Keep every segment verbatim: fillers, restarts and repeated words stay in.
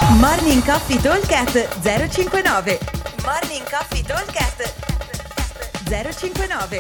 Morning Coffee Talkcast zero cinquantanove. Morning Coffee Talkcast zero cinquantanove.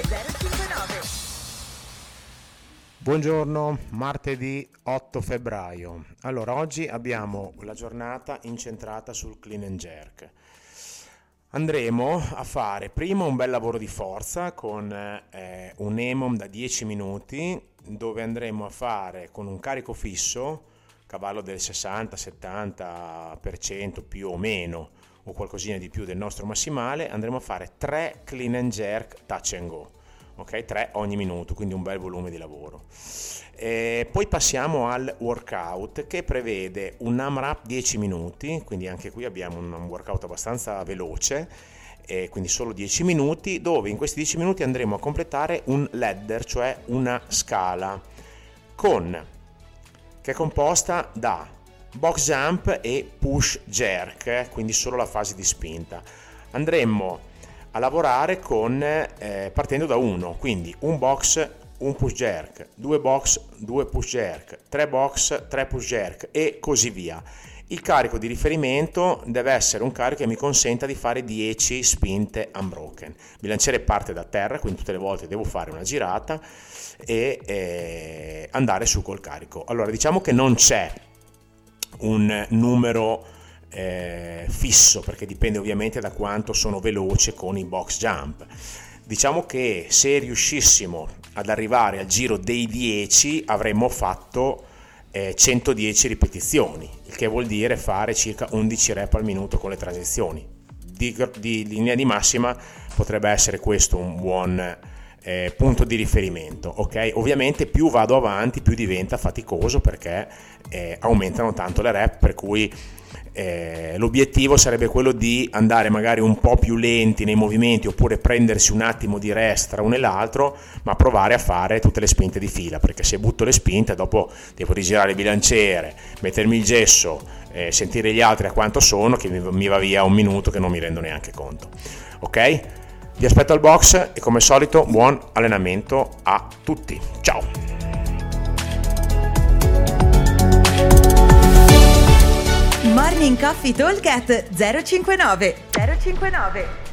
Buongiorno, martedì otto febbraio. Allora, oggi abbiamo la giornata incentrata sul clean and jerk. Andremo a fare prima un bel lavoro di forza con eh, un E M O M da dieci minuti, dove andremo a fare con un carico fisso, cavallo del sessanta settanta per cento più o meno, o qualcosina di più del nostro massimale, andremo a fare tre clean and jerk touch and go. Ok, tre ogni minuto, quindi un bel volume di lavoro. E poi passiamo al workout, che prevede un AMRAP dieci minuti, quindi anche qui abbiamo un workout abbastanza veloce, e quindi solo dieci minuti, dove in questi dieci minuti andremo a completare un ladder, cioè una scala, con che è composta da box jump e push jerk, quindi solo la fase di spinta. Andremo a lavorare con eh, partendo da uno, quindi un box, un push jerk, due box, due push jerk, tre box, tre push jerk e così via. Il carico di riferimento deve essere un carico che mi consenta di fare dieci spinte unbroken. Il bilanciere parte da terra, quindi tutte le volte devo fare una girata e eh, andare su col carico. Allora, diciamo che non c'è un numero eh, fisso, perché dipende ovviamente da quanto sono veloce con i box jump. Diciamo che se riuscissimo ad arrivare al giro dei dieci avremmo fatto eh, centodieci ripetizioni, il che vuol dire fare circa undici rep al minuto con le transizioni. Di, di linea di massima potrebbe essere questo un buon eh, punto di riferimento, ok? Ovviamente più vado avanti più diventa faticoso, perché eh, aumentano tanto le rep, per cui Eh, l'obiettivo sarebbe quello di andare magari un po' più lenti nei movimenti, oppure prendersi un attimo di rest tra uno e l'altro, ma provare a fare tutte le spinte di fila, perché se butto le spinte dopo devo rigirare il bilanciere, mettermi il gesso, eh, sentire gli altri a quanto sono, che mi, mi va via un minuto che non mi rendo neanche conto. Ok? Vi aspetto al box e come al solito buon allenamento a tutti. Ciao! Morning Coffee Talkcast zero cinquantanove.